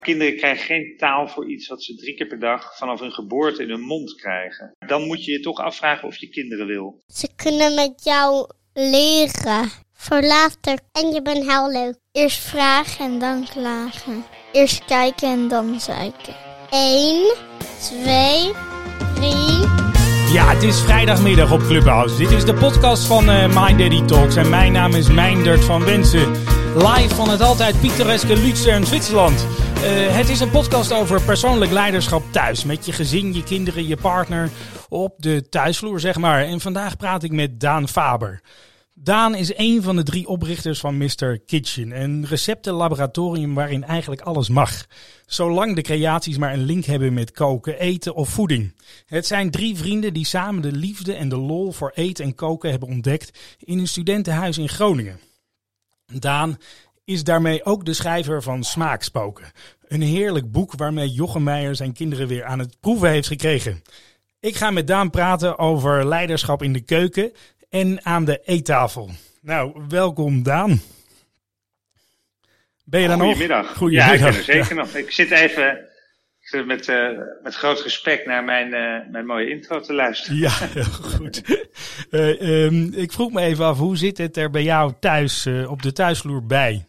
Kinderen krijgen geen taal voor iets wat ze 3 keer per dag vanaf hun geboorte in hun mond krijgen. Dan moet je je toch afvragen of je kinderen wil. Ze kunnen met jou leren. Voor later. En je bent heel leuk. Eerst vragen en dan klagen. Eerst kijken en dan zeiken. 1, 2, 3... Ja, het is vrijdagmiddag op Clubhouse. Dit is de podcast van My Daddy Talks. En mijn naam is Meindert van Wensen. Live van het altijd pittoreske Luzern, Zwitserland. Het is een podcast over persoonlijk leiderschap thuis. Met je gezin, je kinderen, je partner. Op de thuisvloer, zeg maar. En vandaag praat ik met Daan Faber. Daan is een van de 3 oprichters van Mr. Kitchen. Een receptenlaboratorium waarin eigenlijk alles mag. Zolang de creaties maar een link hebben met koken, eten of voeding. Het zijn 3 vrienden die samen de liefde en de lol voor eten en koken hebben ontdekt in een studentenhuis in Groningen. Daan is daarmee ook de schrijver van Smaakspoken. Een heerlijk boek waarmee Jochem Meijer zijn kinderen weer aan het proeven heeft gekregen. Ik ga met Daan praten over leiderschap in de keuken en aan de eettafel. Nou, welkom Daan. Ben je daar nog? Goedemiddag. Goedemiddag. Ja, ik ben er zeker nog. Ik zit even met groot respect naar mijn mooie intro te luisteren. Ja, heel goed. Ik vroeg me even af, hoe zit het er bij jou thuis, op de thuisvloer bij?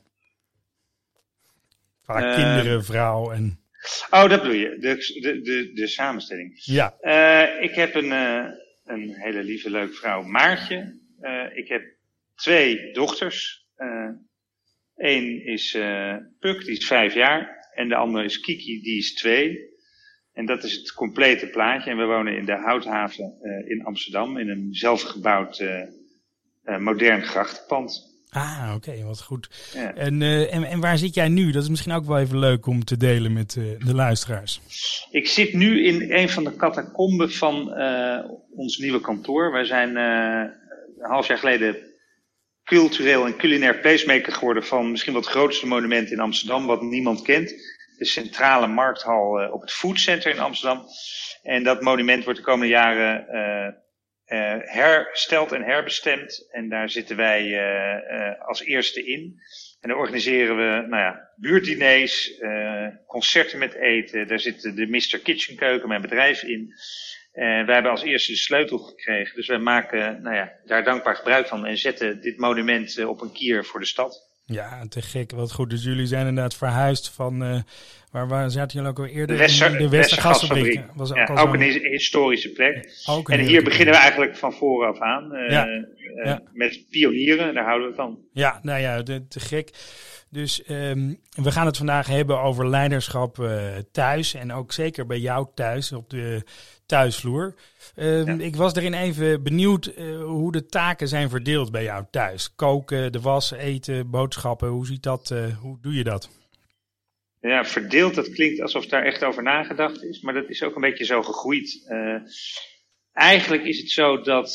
Vaak kinderen, vrouw en... Oh, dat bedoel je. De samenstelling. Ja. Ik heb een hele lieve, leuke vrouw, Maartje. Ik heb 2 dochters. Eén is Puk, die is 5 jaar. En de andere is Kiki, die is 2. En dat is het complete plaatje. En we wonen in de Houthaven in Amsterdam. In een zelfgebouwd modern grachtenpand. Ah, oké, wat goed. Ja. En waar zit jij nu? Dat is misschien ook wel even leuk om te delen met de luisteraars. Ik zit nu in een van de catacomben van ons nieuwe kantoor. Wij zijn een half jaar geleden cultureel en culinair placemaker geworden van misschien wel het grootste monument in Amsterdam, wat niemand kent. De centrale markthal op het Food Center in Amsterdam. En dat monument wordt de komende jaren hersteld en herbestemd. En daar zitten wij als eerste in. En dan organiseren we buurtdiners, concerten met eten. Daar zit de Mr. Kitchen keuken, mijn bedrijf, in. Wij hebben als eerste de sleutel gekregen. Dus wij maken daar dankbaar gebruik van. En zetten dit monument op een kier voor de stad. Ja, te gek. Wat goed. Dus jullie zijn inderdaad verhuisd van... waar zaten jullie ook al eerder? De Westergasfabriek. Was ook een historische plek. En hier beginnen we eigenlijk van vooraf aan. Met pionieren, daar houden we van. Ja, te gek. Dus we gaan het vandaag hebben over leiderschap thuis. En ook zeker bij jou thuis, op de thuisvloer. Ik was erin even benieuwd hoe de taken zijn verdeeld bij jou thuis. Koken, de was, eten, boodschappen. Hoe ziet dat? Hoe doe je dat? Ja, verdeeld, dat klinkt alsof daar echt over nagedacht is. Maar dat is ook een beetje zo gegroeid. Eigenlijk is het zo dat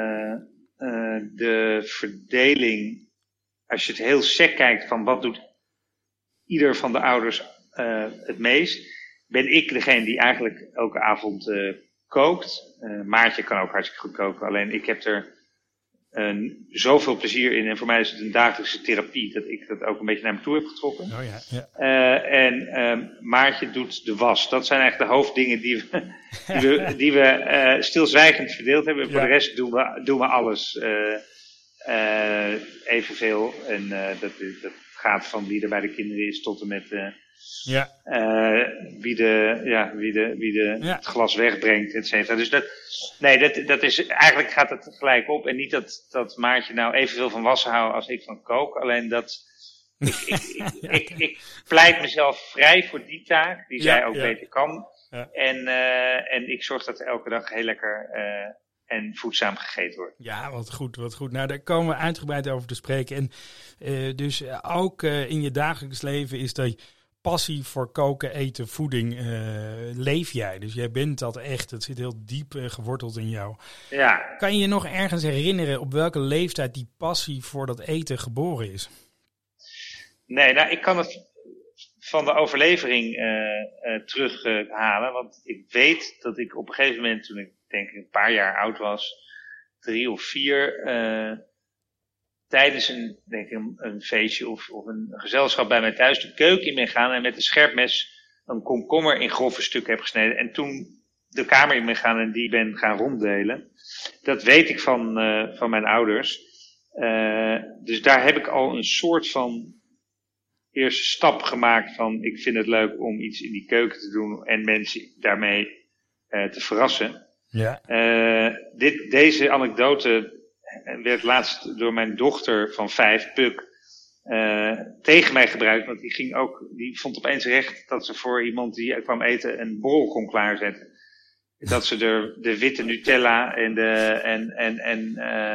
de verdeling, als je het heel sec kijkt van wat doet ieder van de ouders het meest, ben ik degene die eigenlijk elke avond kookt. Maartje kan ook hartstikke goed koken, alleen ik heb er zoveel plezier in. En voor mij is het een dagelijkse therapie dat ik dat ook een beetje naar me toe heb getrokken. Oh ja. En Maartje doet de was. Dat zijn eigenlijk de hoofddingen die we stilzwijgend verdeeld hebben. En voor de rest doen we alles evenveel. En dat gaat van wie er bij de kinderen is tot en met wie het glas wegbrengt, et cetera. Dus dat is, eigenlijk gaat het gelijk op. En niet dat Maartje nou evenveel van wassen houdt als ik van koken. Alleen dat ik pleit mezelf vrij voor die taak, die zij ook beter kan. Ja. En ik zorg dat er elke dag heel lekker en voedzaam gegeten wordt. Ja, wat goed. Nou, daar komen we uitgebreid over te spreken. En dus ook in je dagelijks leven is dat passie voor koken, eten, voeding, leef jij. Dus jij bent dat echt. Het zit heel diep geworteld in jou. Ja. Kan je je nog ergens herinneren op welke leeftijd die passie voor dat eten geboren is? Nee, ik kan het van de overlevering terughalen. Want ik weet dat ik op een gegeven moment, toen ik denk ik een paar jaar oud was, 3 of 4, tijdens een feestje of een gezelschap bij mij thuis de keuken in ben gaan en met een scherp mes een komkommer in grove stukken heb gesneden. En toen de kamer in ben gaan en die ben gaan ronddelen. Dat weet ik van mijn ouders. Dus daar heb ik al een soort van eerste stap gemaakt van ik vind het leuk om iets in die keuken te doen en mensen daarmee te verrassen. Ja. Deze anekdote werd laatst door mijn dochter van 5, Puk, tegen mij gebruikt. Want die vond opeens recht dat ze voor iemand die kwam eten een borrel kon klaarzetten. Dat ze de witte Nutella en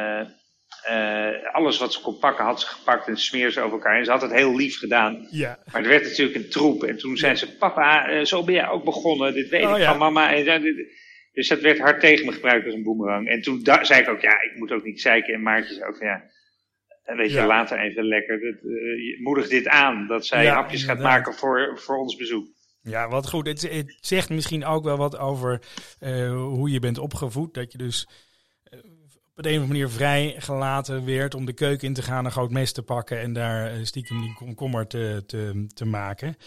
alles wat ze kon pakken had ze gepakt en smeer ze over elkaar. En ze had het heel lief gedaan. Ja. Maar er werd natuurlijk een troep. En toen zei ze, papa, zo ben jij ook begonnen. Dit weet ik van mama. Dus dat werd hard tegen me gebruikt als een boemerang. En toen zei ik ook, ik moet ook niet zeiken. En Maartje zei ook van, weet je, later even lekker. Moedig dit aan, dat zij hapjes gaat maken voor ons bezoek. Ja, wat goed. Het zegt misschien ook wel wat over hoe je bent opgevoed. Dat je dus op de een of andere manier vrijgelaten werd om de keuken in te gaan, een groot mes te pakken en daar stiekem die komkommer te maken.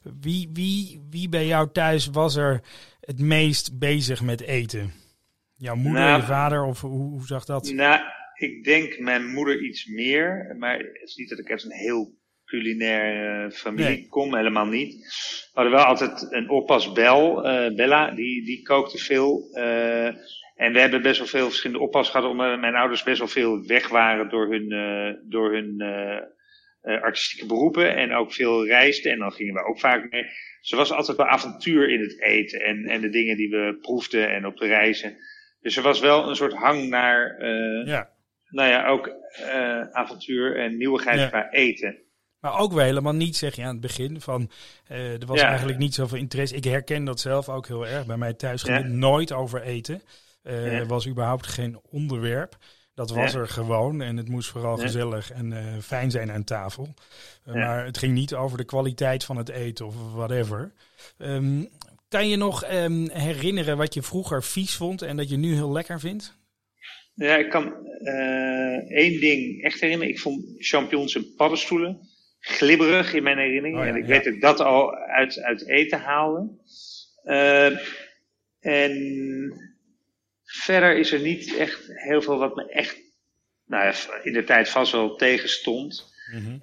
Wie bij jou thuis was er het meest bezig met eten? Jouw moeder, je vader, of hoe zag dat? Nou, ik denk mijn moeder iets meer, maar het is niet dat ik uit een heel culinaire familie kom, helemaal niet. We hadden wel altijd een oppas Bella, die kookte veel. En we hebben best wel veel verschillende oppas gehad, omdat mijn ouders best wel veel weg waren door hun artistieke beroepen en ook veel reisden. En dan gingen we ook vaak mee. Dus er was altijd wel avontuur in het eten en de dingen die we proefden en op de reizen. Dus er was wel een soort hang naar ook avontuur en nieuwigheid qua eten. Maar ook wel helemaal niet, zeg je aan het begin, van er was eigenlijk niet zoveel interesse. Ik herken dat zelf ook heel erg. Bij mij thuis ging het nooit over eten. Er was überhaupt geen onderwerp. Dat was er gewoon en het moest vooral gezellig en fijn zijn aan tafel. Maar het ging niet over de kwaliteit van het eten of whatever. Kan je nog herinneren wat je vroeger vies vond en dat je nu heel lekker vindt? Ja, ik kan één ding echt herinneren. Ik vond champignons en paddenstoelen glibberig in mijn herinnering. En ik weet dat ik dat al uit eten haalde. En verder is er niet echt heel veel wat me echt in de tijd vast wel tegenstond. Mm-hmm.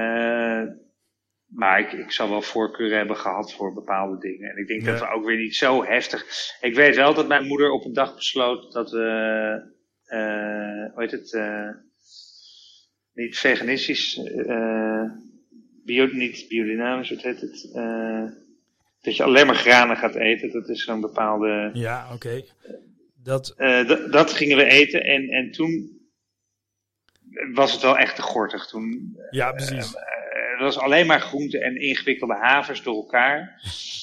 Maar ik zal wel voorkeuren hebben gehad voor bepaalde dingen. En ik denk dat we ook weer niet zo heftig. Ik weet wel dat mijn moeder op een dag besloot dat we niet veganistisch, niet biodynamisch, wat heet het? Dat je alleen maar granen gaat eten. Dat is zo'n bepaalde. Ja, oké. Dat gingen we eten en toen was het wel echt te gortig. Toen, precies. Het was alleen maar groenten en ingewikkelde havers door elkaar.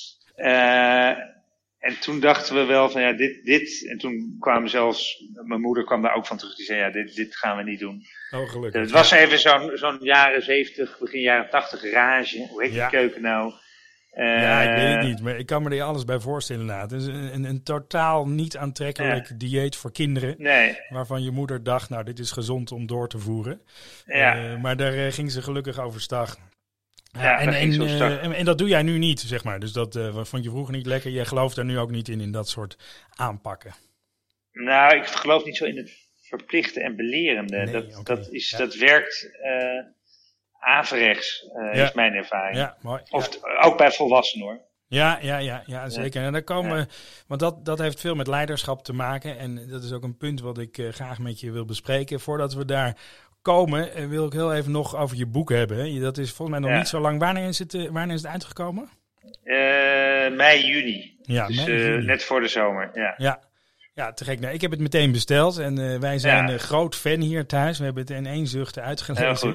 En toen dachten we wel van dit. En toen kwam mijn moeder kwam daar ook van terug. Die zei dit gaan we niet doen. Oh, gelukkig. Het was even zo'n jaren 70, begin jaren 80 rage. Hoe heet die keuken nou? Ik weet het niet, maar ik kan me er alles bij voorstellen. Het is een totaal niet aantrekkelijk dieet voor kinderen. Nee. Waarvan je moeder dacht, nou, dit is gezond om door te voeren. Maar daar ging ze gelukkig overstag. En dat doe jij nu niet, zeg maar. Dus dat vond je vroeger niet lekker. Jij gelooft daar nu ook niet in dat soort aanpakken. Nou, ik geloof niet zo in het verplichten en belerende. Nee, dat werkt averechts, is mijn ervaring. Ja, mooi. Ook bij volwassenen, hoor. Ja, zeker. En dan komen, want dat heeft veel met leiderschap te maken. En dat is ook een punt wat ik graag met je wil bespreken. Voordat we daar komen, wil ik heel even nog over je boek hebben. Dat is volgens mij nog niet zo lang. Wanneer is het uitgekomen? Mei, juni. Ja, dus juni. Net voor de zomer. Ja, te gek. Nou, ik heb het meteen besteld en wij zijn groot fan hier thuis. We hebben het in één zucht uitgelezen.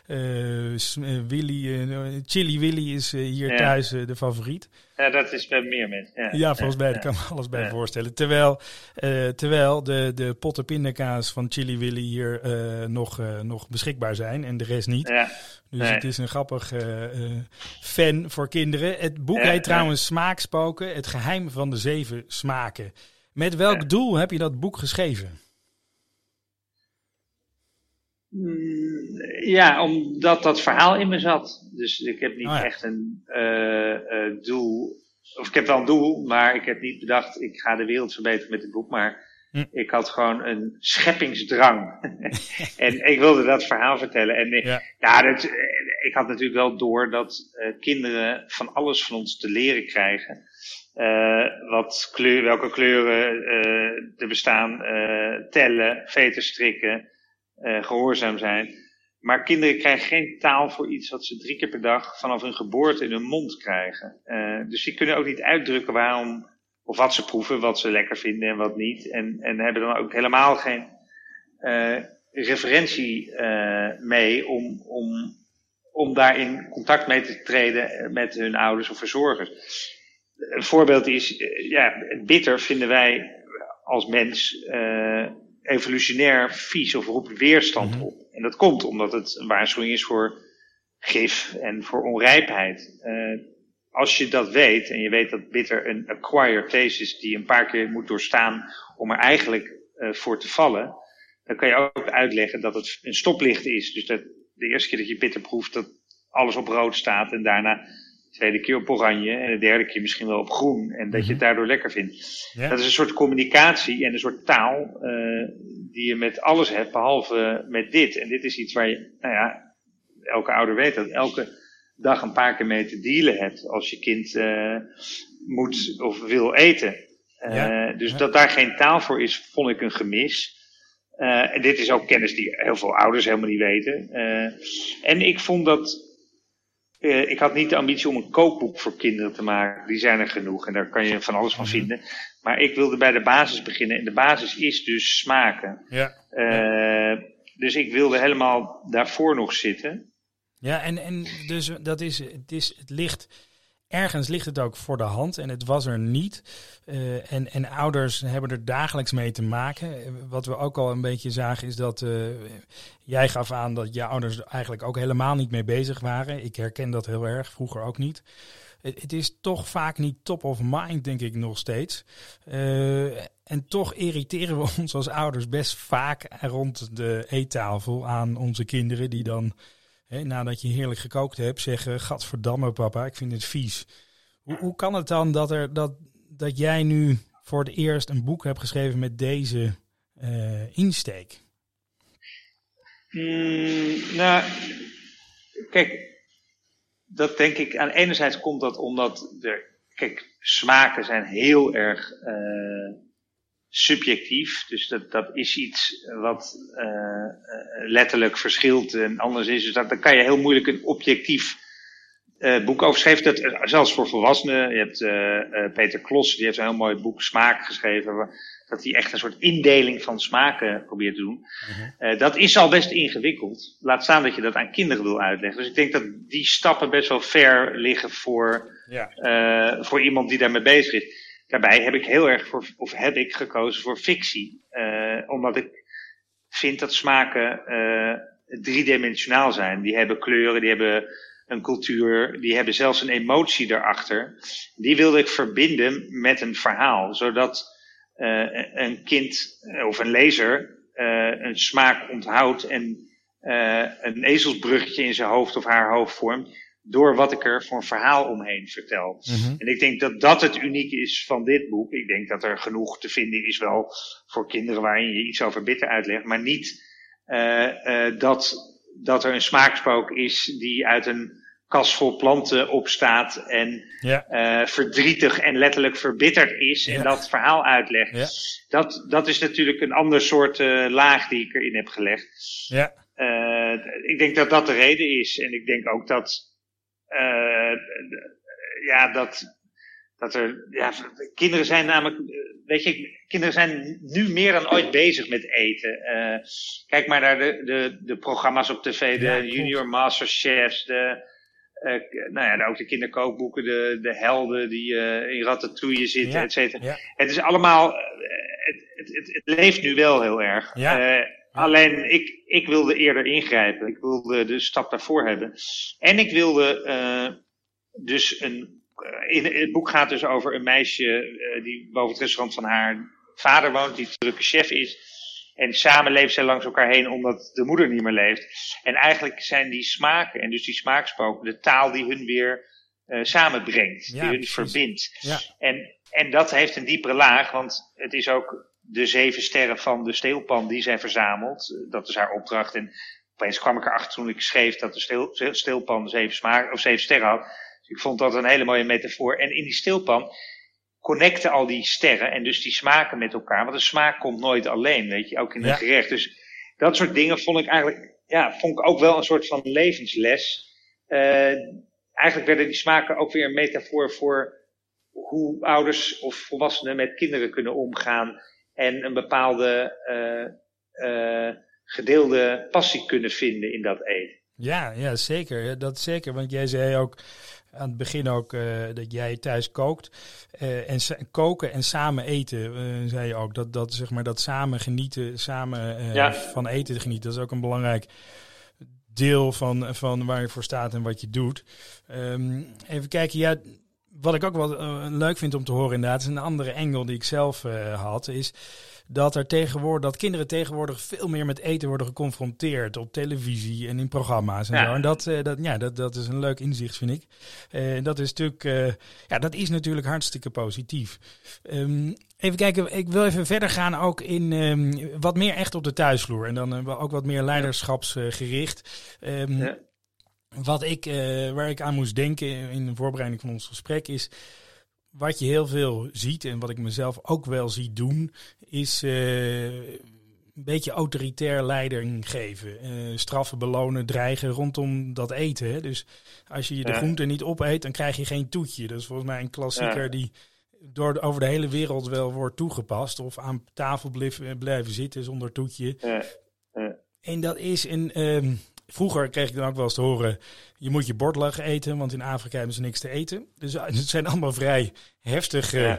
Chili Willy is hier thuis de favoriet. Ja, dat is bij meer mensen. Ja, volgens mij, daar kan me alles bij voorstellen. Terwijl de potten pindakaas van Chili Willy hier nog beschikbaar zijn en de rest niet. Ja. Dus het is een grappig fan voor kinderen. Het boek heet trouwens Smaakspoken, het geheim van de 7 smaken. Met welk doel heb je dat boek geschreven? Ja, omdat dat verhaal in me zat. Dus ik heb niet echt een doel. Of ik heb wel een doel, maar ik heb niet bedacht, ik ga de wereld verbeteren met dit boek. Maar ik had gewoon een scheppingsdrang. En ik wilde dat verhaal vertellen. En ik had natuurlijk wel door dat kinderen van alles van ons te leren krijgen. Welke kleuren er bestaan, tellen, veten strikken, gehoorzaam zijn. Maar kinderen krijgen geen taal voor iets wat ze 3 keer per dag vanaf hun geboorte in hun mond krijgen. Dus die kunnen ook niet uitdrukken waarom, of wat ze proeven, wat ze lekker vinden en wat niet. En hebben dan ook helemaal geen referentie mee om daar in contact mee te treden met hun ouders of verzorgers. Een voorbeeld is, bitter vinden wij als mens evolutionair vies of roept weerstand op. En dat komt omdat het een waarschuwing is voor gif en voor onrijpheid. Als je dat weet, en je weet dat bitter een acquired taste is die een paar keer moet doorstaan om er eigenlijk voor te vallen, dan kan je ook uitleggen dat het een stoplicht is. Dus dat de eerste keer dat je bitter proeft, dat alles op rood staat en daarna de tweede keer op oranje en de derde keer misschien wel op groen. En dat je het daardoor lekker vindt. Ja. Dat is een soort communicatie en een soort taal die je met alles hebt, behalve met dit. En dit is iets waar je, elke ouder weet dat, elke dag een paar keer mee te dealen hebt als je kind moet of wil eten. Dat daar geen taal voor is, vond ik een gemis. En dit is ook kennis die heel veel ouders helemaal niet weten. En ik vond dat ik had niet de ambitie om een kookboek voor kinderen te maken. Die zijn er genoeg en daar kan je van alles van vinden. Maar ik wilde bij de basis beginnen. En de basis is dus smaken. Ja. Dus ik wilde helemaal daarvoor nog zitten. Ja, en dus het ligt... Ergens ligt het ook voor de hand en het was er niet. En ouders hebben er dagelijks mee te maken. Wat we ook al een beetje zagen is dat jij gaf aan dat je ouders er eigenlijk ook helemaal niet mee bezig waren. Ik herken dat heel erg, vroeger ook niet. Het is toch vaak niet top of mind, denk ik nog steeds. En toch irriteren we ons als ouders best vaak rond de eettafel aan onze kinderen die dan... nadat je heerlijk gekookt hebt, zeggen, gadverdamme papa, ik vind het vies. Hoe kan het dan dat jij nu voor het eerst een boek hebt geschreven met deze insteek? Kijk, dat denk ik, aan enerzijds komt dat omdat smaken zijn heel erg subjectief, dus dat is iets wat letterlijk verschilt en anders is. Dus dan kan je heel moeilijk een objectief boek over schrijven. Dat zelfs voor volwassenen. Je hebt Peter Klos, die heeft een heel mooi boek Smaak geschreven, dat hij echt een soort indeling van smaken probeert te doen. Dat is al best ingewikkeld. Laat staan dat je dat aan kinderen wil uitleggen. Dus ik denk dat die stappen best wel ver liggen voor iemand die daarmee bezig is. Daarbij heb ik gekozen voor fictie. Omdat ik vind dat smaken driedimensionaal zijn. Die hebben kleuren, die hebben een cultuur, die hebben zelfs een emotie erachter. Die wilde ik verbinden met een verhaal. Zodat een kind of een lezer een smaak onthoudt en een ezelsbruggetje in zijn hoofd of haar hoofd vormt. Door wat ik er voor een verhaal omheen vertel. En ik denk dat dat het unieke is van dit boek. Ik denk dat er genoeg te vinden is wel voor kinderen waarin je iets over bitter uitlegt. Maar niet dat er een smaakspook is die uit een kas vol planten opstaat en verdrietig en letterlijk verbitterd is en dat verhaal uitlegt. Dat is natuurlijk een ander soort laag die ik erin heb gelegd. Ik denk dat dat de reden is. En ik denk ook dat kinderen zijn namelijk, kinderen zijn nu meer dan ooit bezig met eten. Kijk maar naar de programma's op tv, de Junior Masterchefs, ook de kinderkookboeken, de helden die in Ratatouille zitten, et cetera. Ja. Het is allemaal, het leeft nu wel heel erg. Alleen, ik wilde eerder ingrijpen. Ik wilde de stap daarvoor hebben. En ik wilde in het boek gaat dus over een meisje die boven het restaurant van haar vader woont, die drukke chef is. En samen leven zij langs elkaar heen omdat de moeder niet meer leeft. En eigenlijk zijn die smaken en dus die smaakspoken de taal die hun weer samenbrengt. Die hun verbindt. Ja. En dat heeft een diepere laag, want het is ook de 7 sterren van de steelpan die zij verzamelt. Dat is haar opdracht. En opeens kwam ik erachter toen ik schreef dat de steelpan 7 sterren had. Dus ik vond dat een hele mooie metafoor. En in die steelpan connecten al die sterren en dus die smaken met elkaar. Want de smaak komt nooit alleen, weet je, ook in een gerecht. Dus dat soort dingen vond ik ook wel een soort van levensles. Eigenlijk werden die smaken ook weer een metafoor voor hoe ouders of volwassenen met kinderen kunnen omgaan. En een bepaalde gedeelde passie kunnen vinden in dat eten. Ja, zeker. Dat zeker. Want jij zei ook aan het begin ook dat jij thuis kookt. En koken en samen eten, zei je ook. Dat zeg maar dat samen genieten, van eten genieten. Dat is ook een belangrijk deel van waar je voor staat en wat je doet. Even kijken, wat ik ook wel leuk vind om te horen inderdaad, is een andere engel die ik zelf had, is dat kinderen tegenwoordig veel meer met eten worden geconfronteerd op televisie en in programma's en zo. En dat is een leuk inzicht, vind ik. Dat is natuurlijk, dat is natuurlijk hartstikke positief. Even kijken, ik wil even verder gaan ook in wat meer echt op de thuisvloer en dan ook wat meer leiderschapsgericht. Waar ik aan moest denken in de voorbereiding van ons gesprek is, wat je heel veel ziet en wat ik mezelf ook wel zie doen, is een beetje autoritair leiding geven. Straffen, belonen, dreigen rondom dat eten. Hè? Dus als je de groenten niet opeet, dan krijg je geen toetje. Dat is volgens mij een klassieker die over de hele wereld wel wordt toegepast. Of aan tafel blijven zitten zonder toetje. En dat is vroeger kreeg ik dan ook wel eens te horen, je moet je bord eten, want in Afrika hebben ze niks te eten. Dus het zijn allemaal vrij heftige,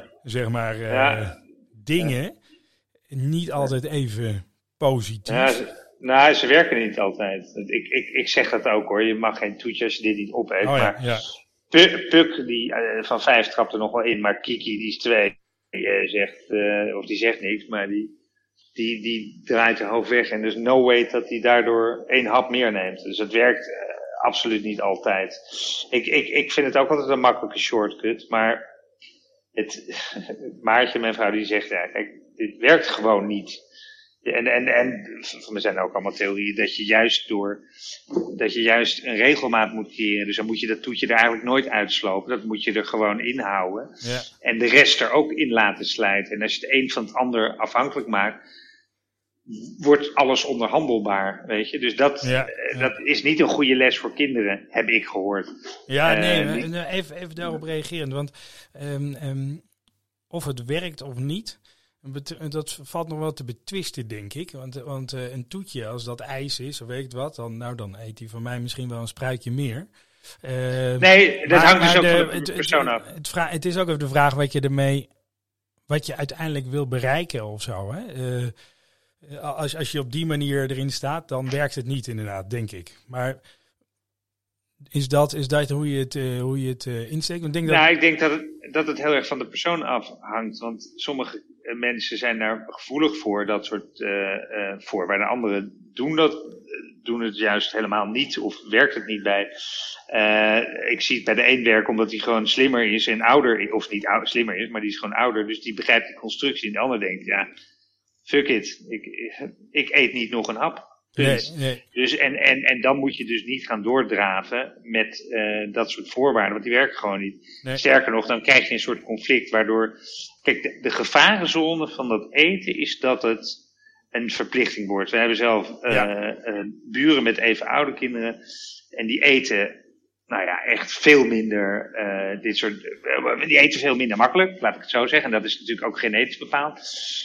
dingen. Niet altijd even positief. Ze werken niet altijd. Ik zeg dat ook hoor, je mag geen toetje als je dit niet opeet. Puk die van 5 trapt er nog wel in, maar Kiki die is 2. Die zegt niks, maar die draait haar hoofd weg en dus no way dat hij daardoor 1 hap meer neemt. Dus het werkt absoluut niet altijd. Ik vind het ook altijd een makkelijke shortcut, maar Maartje, mijn vrouw, die zegt, kijk, dit werkt gewoon niet. En van me zijn ook allemaal theorieën dat je juist een regelmaat moet creëren. Dus dan moet je dat toetje er eigenlijk nooit uitslopen. Dat moet je er gewoon inhouden. Ja. En de rest er ook in laten slijten. En als je het een van het ander afhankelijk maakt, wordt alles onderhandelbaar, weet je. Dus dat is niet een goede les voor kinderen, heb ik gehoord. Even daarop reagerend. Want of het werkt of niet, dat valt nog wel te betwisten, denk ik. Want een toetje, als dat ijs is, of weet ik wat, dan eet hij van mij misschien wel een spruitje meer. Dat hangt dus ook van de persoon af. Het is ook even de vraag wat je uiteindelijk wil bereiken of zo. Hè? Als je op die manier erin staat, dan werkt het niet inderdaad, denk ik. Maar is dat hoe je het insteekt? Ik denk dat het heel erg van de persoon afhangt. Want sommige mensen zijn daar gevoelig voor, dat soort voorwaarden. Anderen doen het juist helemaal niet of werkt het niet bij. Ik zie het bij de een werken omdat hij gewoon slimmer is en ouder, of niet slimmer is, maar die is gewoon ouder. Dus die begrijpt de constructie. En de ander denkt, fuck it, ik eet niet nog een hap. Nee. Dus, en dan moet je dus niet gaan doordraven met dat soort voorwaarden, want die werken gewoon niet. Nee. Sterker nog, dan krijg je een soort conflict waardoor, kijk, de gevarenzone van dat eten is dat het een verplichting wordt. We hebben zelf buren met even oude kinderen en die eten echt veel minder die eten veel minder makkelijk, laat ik het zo zeggen. En dat is natuurlijk ook genetisch bepaald.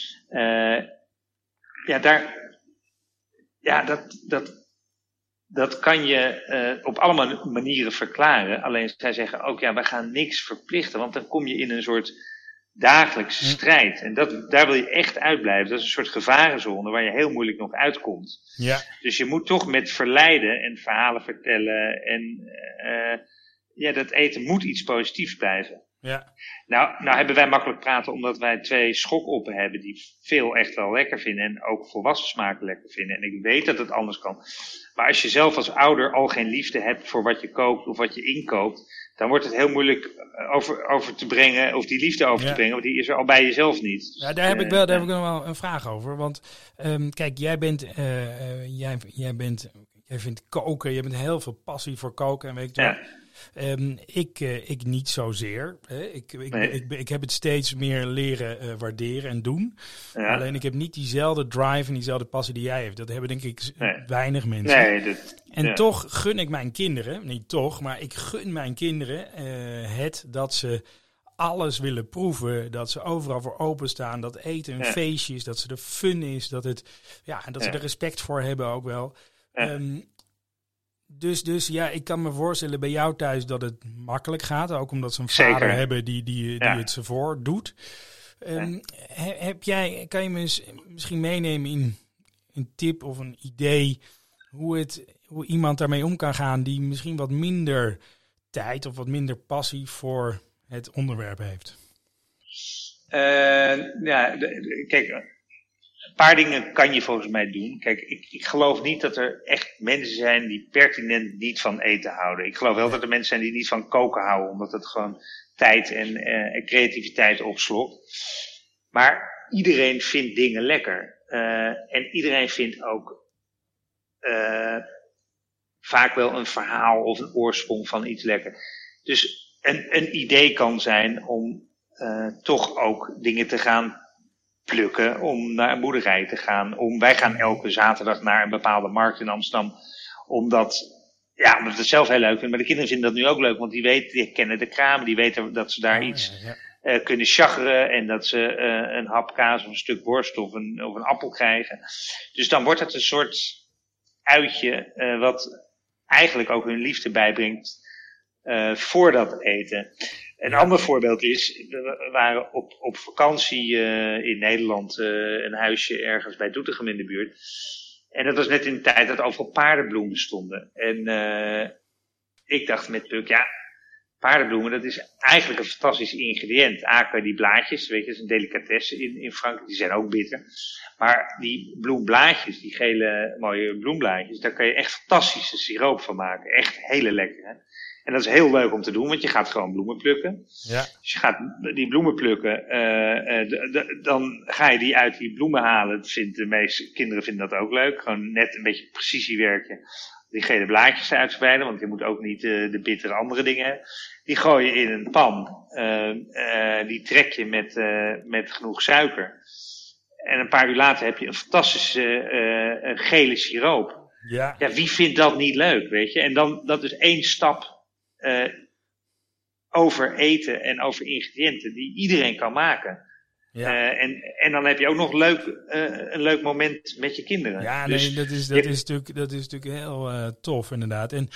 Dat kan je op allemaal manieren verklaren. Alleen zij zeggen ook, we gaan niks verplichten. Want dan kom je in een soort dagelijkse strijd. En daar wil je echt uitblijven. Dat is een soort gevarenzone waar je heel moeilijk nog uitkomt. Ja. Dus je moet toch met verleiden en verhalen vertellen. En dat eten moet iets positiefs blijven. Ja. Nou hebben wij makkelijk praten omdat wij 2 schokoppen hebben die veel echt wel lekker vinden. En ook volwassen smaken lekker vinden. En ik weet dat het anders kan. Maar als je zelf als ouder al geen liefde hebt voor wat je koopt of wat je inkoopt, dan wordt het heel moeilijk over te brengen, of die liefde over te brengen, want die is er al bij jezelf niet. Dus, ja, daar heb ik nog wel een vraag over. Want kijk, jij vindt koken, je bent heel veel passie voor koken en weet je wel. Ik niet zozeer. Hè. Ik heb het steeds meer leren waarderen en doen. Ja. Alleen ik heb niet diezelfde drive en diezelfde passie die jij hebt. Dat hebben denk ik weinig mensen. Toch gun ik mijn kinderen, niet toch, maar ik gun mijn kinderen dat ze alles willen proeven, dat ze overal voor openstaan, dat eten een feestje is, dat ze er fun is, dat ze er respect voor hebben ook wel. Dus ja, ik kan me voorstellen bij jou thuis dat het makkelijk gaat. Ook omdat ze een vader hebben die het ze voor doet. Kan je me misschien meenemen in een tip of een idee hoe iemand daarmee om kan gaan die misschien wat minder tijd of wat minder passie voor het onderwerp heeft? Kijk, een paar dingen kan je volgens mij doen. Kijk, ik geloof niet dat er echt mensen zijn die pertinent niet van eten houden. Ik geloof wel dat er mensen zijn die niet van koken houden, omdat het gewoon tijd en creativiteit opslokt. Maar iedereen vindt dingen lekker. En iedereen vindt ook vaak wel een verhaal of een oorsprong van iets lekker. Dus een idee kan zijn om toch ook dingen te gaan plukken, om naar een boerderij te gaan. Wij gaan elke zaterdag naar een bepaalde markt in Amsterdam, omdat we het zelf heel leuk vinden. Maar de kinderen vinden dat nu ook leuk, want die kennen de kraam, die weten dat ze daar kunnen chagren en dat ze een hap kaas of een stuk worst of een appel krijgen. Dus dan wordt het een soort uitje wat eigenlijk ook hun liefde bijbrengt voor dat eten. Een ander voorbeeld is, we waren op vakantie in Nederland, een huisje ergens bij Doetinchem in de buurt. En dat was net in de tijd dat overal paardenbloemen stonden. En ik dacht met Puk, paardenbloemen, dat is eigenlijk een fantastisch ingrediënt. Die blaadjes, weet je, dat is een delicatesse in Frankrijk, die zijn ook bitter. Maar die bloemblaadjes, die gele mooie bloemblaadjes, daar kan je echt fantastische siroop van maken. Echt hele lekkere. En dat is heel leuk om te doen, want je gaat gewoon bloemen plukken. Ja. Dus je gaat die bloemen plukken, dan ga je die uit die bloemen halen. De meeste kinderen vinden dat ook leuk. Gewoon net een beetje precisiewerken. Die gele blaadjes uitverspreiden, want je moet ook niet de bittere andere dingen hebben. Die gooi je in een pan. Die trek je met genoeg suiker. En een paar uur later heb je een fantastische gele siroop. Ja, wie vindt dat niet leuk, weet je? En dan, dat is 1 stap over eten en over ingrediënten die iedereen kan maken. Ja. En dan heb je ook nog een leuk moment met je kinderen. Ja, dus, dat is natuurlijk heel tof inderdaad. En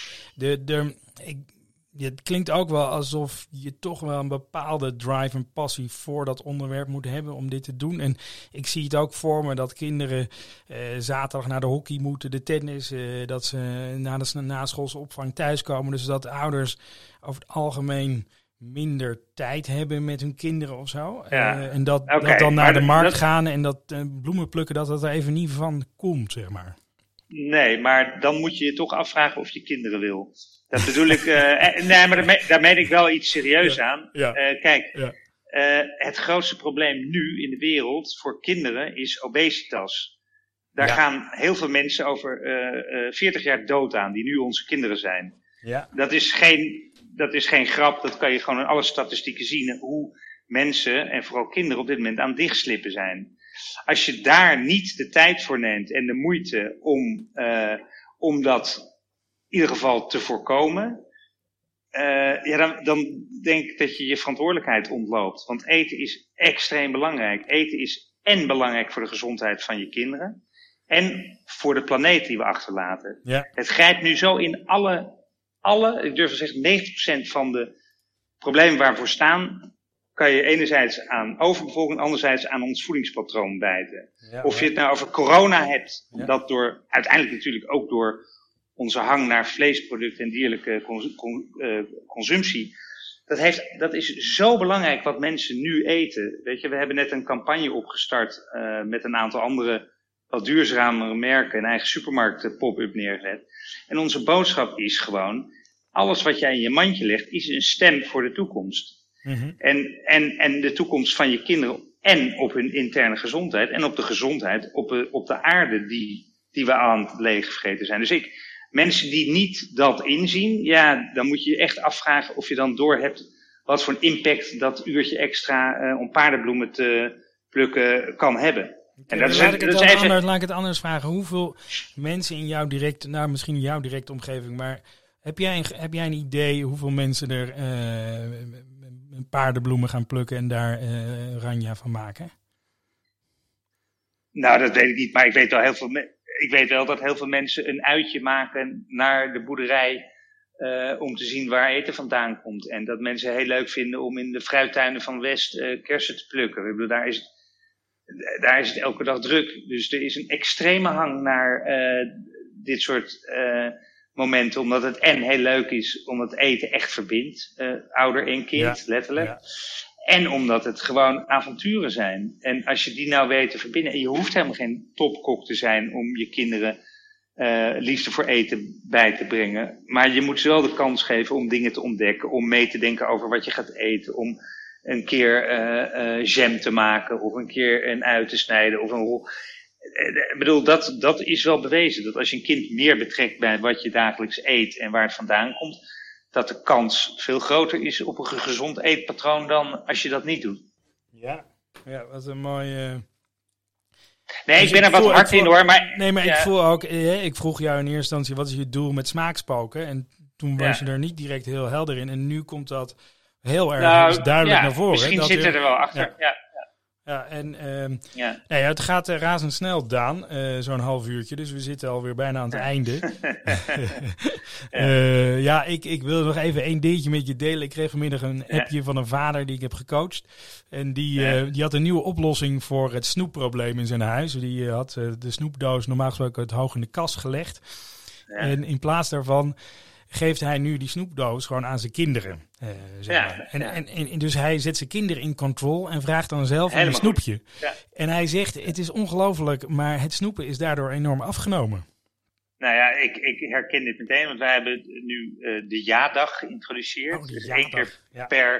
het klinkt ook wel alsof je toch wel een bepaalde drive en passie voor dat onderwerp moet hebben om dit te doen. En ik zie het ook voor me dat kinderen zaterdag naar de hockey moeten, de tennis, dat ze na de naschoolse opvang thuiskomen. Dus dat ouders over het algemeen minder tijd hebben met hun kinderen of zo. Ja. En dat dan naar de markt gaan en dat bloemen plukken, dat er even niet van komt, zeg maar. Nee, maar dan moet je je toch afvragen of je kinderen wil. Dat bedoel ik. Nee, maar daar meen ik wel iets serieus aan. Ja. Kijk, het grootste probleem nu in de wereld voor kinderen is obesitas. Daar gaan heel veel mensen over 40 jaar dood aan, die nu onze kinderen zijn. Ja. Dat is geen grap, dat kan je gewoon in alle statistieken zien. Hoe mensen, en vooral kinderen, op dit moment aan het dichtslippen zijn. Als je daar niet de tijd voor neemt en de moeite om dat in ieder geval te voorkomen, dan denk ik dat je je verantwoordelijkheid ontloopt. Want eten is extreem belangrijk. Eten is en belangrijk voor de gezondheid van je kinderen en voor de planeet die we achterlaten. Ja. Het grijpt nu zo in alle, ik durf te zeggen 90% van de problemen waar we voor staan, kan je enerzijds aan overbevolking, anderzijds aan ons voedingspatroon bijten. Ja, of je het nou over corona hebt, dat uiteindelijk natuurlijk ook door onze hang naar vleesproducten en dierlijke consumptie dat is zo belangrijk wat mensen nu eten. Weet je, we hebben net een campagne opgestart met een aantal andere wat duurzamere merken, een eigen supermarkt pop-up neergezet. En onze boodschap is gewoon, alles wat jij in je mandje legt, is een stem voor de toekomst. Mm-hmm. En de toekomst van je kinderen en op hun interne gezondheid en op de gezondheid op de aarde die we aan het leegvreten zijn. Dus mensen die niet dat inzien, ja, dan moet je je echt afvragen of je dan doorhebt wat voor een impact dat uurtje extra om paardenbloemen te plukken kan hebben. En dat laat ik het anders vragen. Hoeveel mensen in jouw misschien in jouw directe omgeving, maar heb jij een idee hoeveel mensen er paardenbloemen gaan plukken en daar ranja van maken? Nou, dat weet ik niet, maar ik weet wel dat heel veel mensen een uitje maken naar de boerderij om te zien waar eten vandaan komt. En dat mensen heel leuk vinden om in de fruittuinen van West kersen te plukken. Ik bedoel, daar is het elke dag druk. Dus er is een extreme hang naar dit soort momenten, omdat het heel leuk is, omdat het eten echt verbindt. Ouder en kind, letterlijk. Ja. En omdat het gewoon avonturen zijn. En als je die nou weet te verbinden, en je hoeft helemaal geen topkok te zijn om je kinderen liefde voor eten bij te brengen. Maar je moet ze wel de kans geven om dingen te ontdekken, om mee te denken over wat je gaat eten, om een keer jam te maken, of een keer een ui te snijden, of een rol. Ik bedoel, dat is wel bewezen. Dat als je een kind meer betrekt bij wat je dagelijks eet en waar het vandaan komt, dat de kans veel groter is op een gezond eetpatroon dan als je dat niet doet. Ja, wat een mooie... Nee, dus ik ben er wat hard in hoor. Maar ik voel ook, ik vroeg jou in eerste instantie, wat is je doel met smaakspoken? En toen was je er niet direct heel helder in. En nu komt dat heel erg duidelijk naar voren. Misschien zit er wel achter, Ja, en het gaat razendsnel, Daan, zo'n half uurtje. Dus we zitten alweer bijna aan het einde. Ik wil nog even één dingetje met je delen. Ik kreeg vanmiddag een appje van een vader die ik heb gecoacht. En die had een nieuwe oplossing voor het snoepprobleem in zijn huis. Die had de snoepdoos normaal gesproken hoog in de kast gelegd. Ja. En in plaats daarvan geeft hij nu die snoepdoos gewoon aan zijn kinderen. En dus hij zet zijn kinderen in control en vraagt dan zelf een snoepje. Ja. En hij zegt, het is ongelooflijk, maar het snoepen is daardoor enorm afgenomen. Nou ja, ik herken dit meteen, want wij hebben nu de ja-dag geïntroduceerd. Dus 1 keer per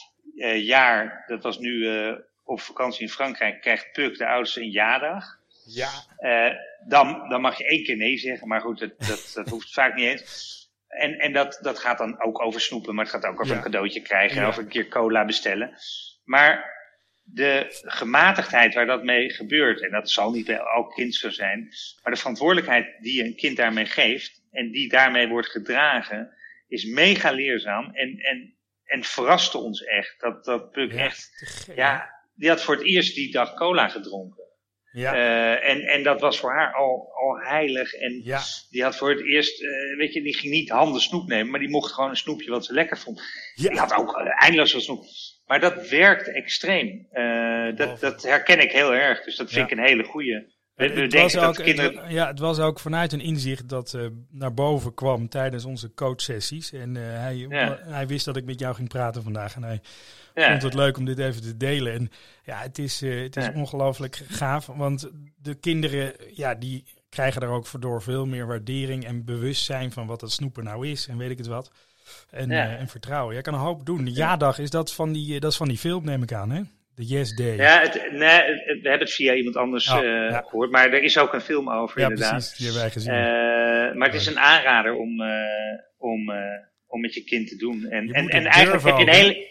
jaar, dat was nu op vakantie in Frankrijk, krijgt Puk, de oudste, een ja-dag. Ja. Dan mag je 1 keer nee zeggen, maar goed, dat hoeft vaak niet eens. En dat gaat dan ook over snoepen, maar het gaat ook over een cadeautje krijgen en over een keer cola bestellen. Maar de gematigdheid waar dat mee gebeurt, en dat zal niet bij elk kind zo zijn, maar de verantwoordelijkheid die een kind daarmee geeft en die daarmee wordt gedragen, is mega leerzaam en verraste ons echt. Dat Puk die had voor het eerst die dag cola gedronken. Ja. En dat was voor haar al heilig. En die had voor het eerst, die ging niet handen snoep nemen, maar die mocht gewoon een snoepje wat ze lekker vond. Ja. Die had ook eindeloos veel snoep. Maar dat werkt extreem. Dat herken ik heel erg. Dus dat vind ik een hele goeie. Het was ook vanuit een inzicht dat naar boven kwam tijdens onze coachsessies. En hij wist dat ik met jou ging praten vandaag. En hij vond het leuk om dit even te delen. En het is ongelooflijk gaaf. Want de kinderen, die krijgen er ook door veel meer waardering en bewustzijn van wat dat snoepen nou is. En weet ik het wat. En vertrouwen. Jij kan een hoop doen. De ja-dag, dat is van die film, neem ik aan, hè? De Yes Day. Ja, we hebben het via iemand anders gehoord. Maar er is ook een film over, inderdaad. Precies, die hebben wij gezien. Maar het is een aanrader om met je kind te doen. En eigenlijk heb je een hele...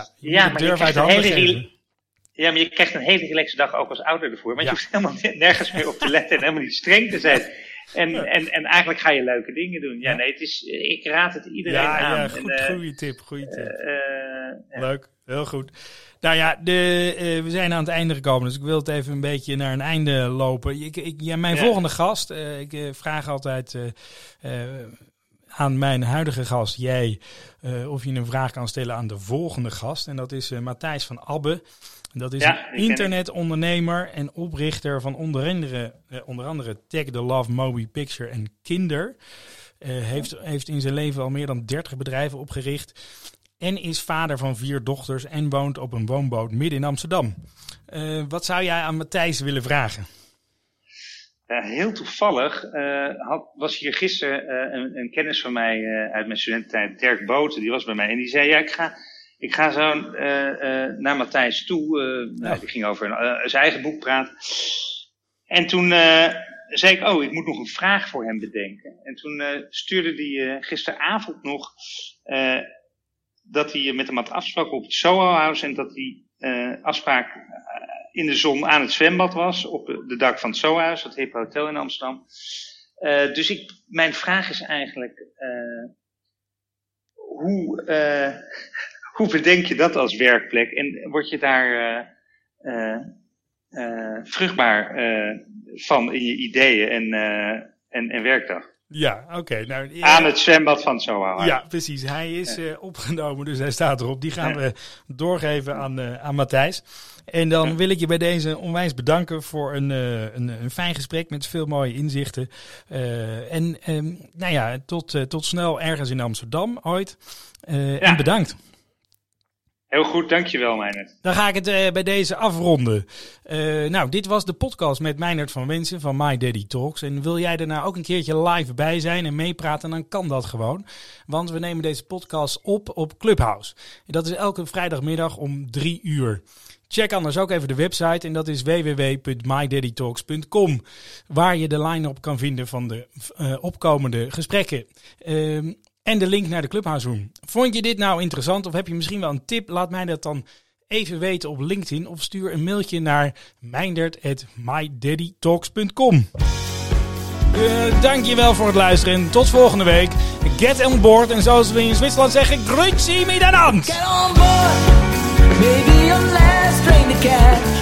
maar je krijgt een hele relaxe dag ook als ouder ervoor. Want je hoeft helemaal nergens meer op te letten en helemaal niet streng te zijn. En eigenlijk ga je leuke dingen doen. Ja, nee, ik raad het iedereen aan. Ja, goede tip. Leuk, heel goed. Nou ja, we zijn aan het einde gekomen, dus ik wil het even een beetje naar een einde lopen. Mijn volgende gast, ik vraag altijd aan mijn huidige gast, jij, of je een vraag kan stellen aan de volgende gast. En dat is Matthijs van Abbe. Dat is een internetondernemer en oprichter van onder andere Tag the Love Moby Picture en Kinder. Heeft in zijn leven al meer dan 30 bedrijven opgericht. en is vader van 4 dochters en woont op een woonboot midden in Amsterdam. Wat zou jij aan Matthijs willen vragen? Heel toevallig was hier gisteren een kennis van mij uit mijn studententijd, Dirk Boten, die was bij mij en die zei, ik ga zo naar Matthijs toe. Die ging over zijn eigen boek praten. En toen zei ik, ik moet nog een vraag voor hem bedenken. En toen stuurde hij gisteravond nog dat hij met hem had afgesproken op het Soho House en dat die afspraak in de zon aan het zwembad was, op de dak van het Soho House, het hippe hotel in Amsterdam. Dus mijn vraag is eigenlijk, hoe bedenk je dat als werkplek? En word je daar vruchtbaar van in je ideeën en werkdag? Ja, oké. Aan het zwembad van het Soho House. Ja, precies. Hij is opgenomen, dus hij staat erop. Die gaan we doorgeven aan Matthijs. En dan wil ik je bij deze onwijs bedanken voor een fijn gesprek met veel mooie inzichten. Tot snel ergens in Amsterdam ooit. En bedankt. Heel goed, dankjewel Meijnerd. Dan ga ik het bij deze afronden. Dit was de podcast met Meijnerd van Wensen van My Daddy Talks. En wil jij er nou ook een keertje live bij zijn en meepraten, dan kan dat gewoon. Want we nemen deze podcast op Clubhouse. En dat is elke vrijdagmiddag om 3 uur. Check anders ook even de website en dat is www.mydaddytalks.com. Waar je de line-up kan vinden van de opkomende gesprekken. En de link naar de Clubhouse Room. Vond je dit nou interessant of heb je misschien wel een tip? Laat mij dat dan even weten op LinkedIn of stuur een mailtje naar meindert@mydaddytalks.com. Dankjewel voor het luisteren en tot volgende week. Get on board en zoals we in Zwitserland zeggen, grüezi miteinander. Get on board, maybe your last train to catch.